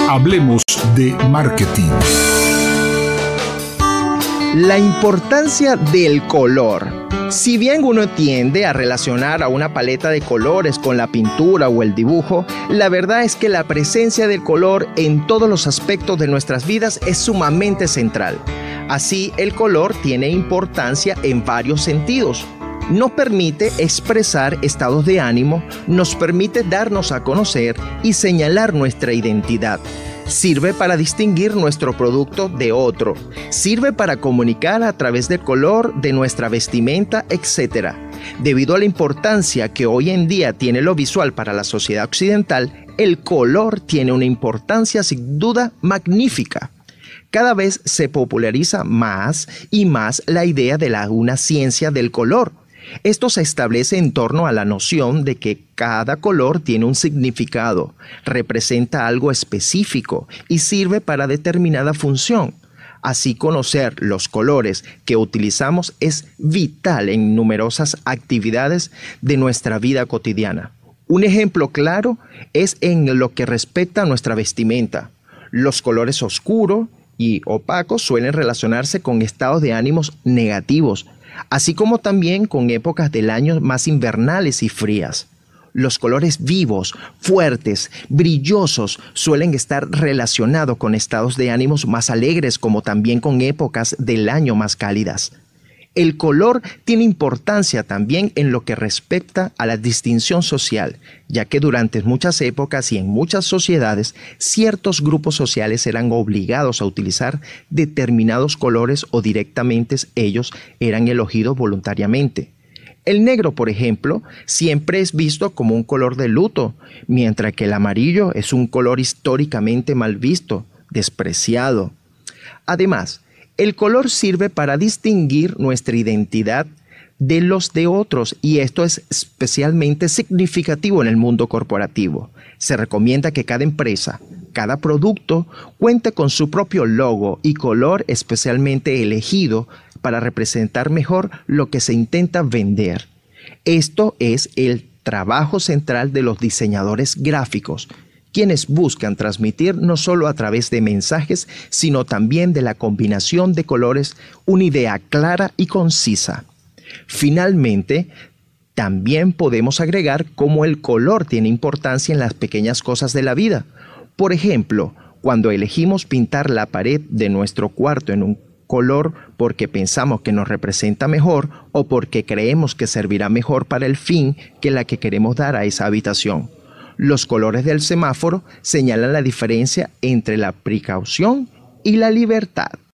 Hablemos de marketing. La importancia del color. Si bien uno tiende a relacionar a una paleta de colores con la pintura o el dibujo, la verdad es que la presencia del color en todos los aspectos de nuestras vidas es sumamente central. Así, el color tiene importancia en varios sentidos. Nos permite expresar estados de ánimo, nos permite darnos a conocer y señalar nuestra identidad. Sirve para distinguir nuestro producto de otro. Sirve para comunicar a través del color de nuestra vestimenta, etc. Debido a la importancia que hoy en día tiene lo visual para la sociedad occidental, el color tiene una importancia sin duda magnífica. Cada vez se populariza más y más la idea de una ciencia del color. Esto se establece en torno a la noción de que cada color tiene un significado, representa algo específico y sirve para determinada función. Así, conocer los colores que utilizamos es vital en numerosas actividades de nuestra vida cotidiana. Un ejemplo claro es en lo que respecta a nuestra vestimenta. Los colores oscuros y opacos suelen relacionarse con estados de ánimos negativos, así como también con épocas del año más invernales y frías. Los colores vivos, fuertes, brillosos suelen estar relacionados con estados de ánimos más alegres, como también con épocas del año más cálidas. El color tiene importancia también en lo que respecta a la distinción social, ya que durante muchas épocas y en muchas sociedades, ciertos grupos sociales eran obligados a utilizar determinados colores o directamente ellos eran elegidos voluntariamente. El negro, por ejemplo, siempre es visto como un color de luto, mientras que el amarillo es un color históricamente mal visto, despreciado. Además, el color sirve para distinguir nuestra identidad de los de otros y esto es especialmente significativo en el mundo corporativo. Se recomienda que cada empresa, cada producto cuente con su propio logo y color especialmente elegido para representar mejor lo que se intenta vender. Esto es el trabajo central de los diseñadores gráficos, quienes buscan transmitir no solo a través de mensajes, sino también de la combinación de colores una idea clara y concisa. Finalmente, también podemos agregar cómo el color tiene importancia en las pequeñas cosas de la vida. Por ejemplo, cuando elegimos pintar la pared de nuestro cuarto en un color porque pensamos que nos representa mejor o porque creemos que servirá mejor para el fin que la que queremos dar a esa habitación. Los colores del semáforo señalan la diferencia entre la precaución y la libertad.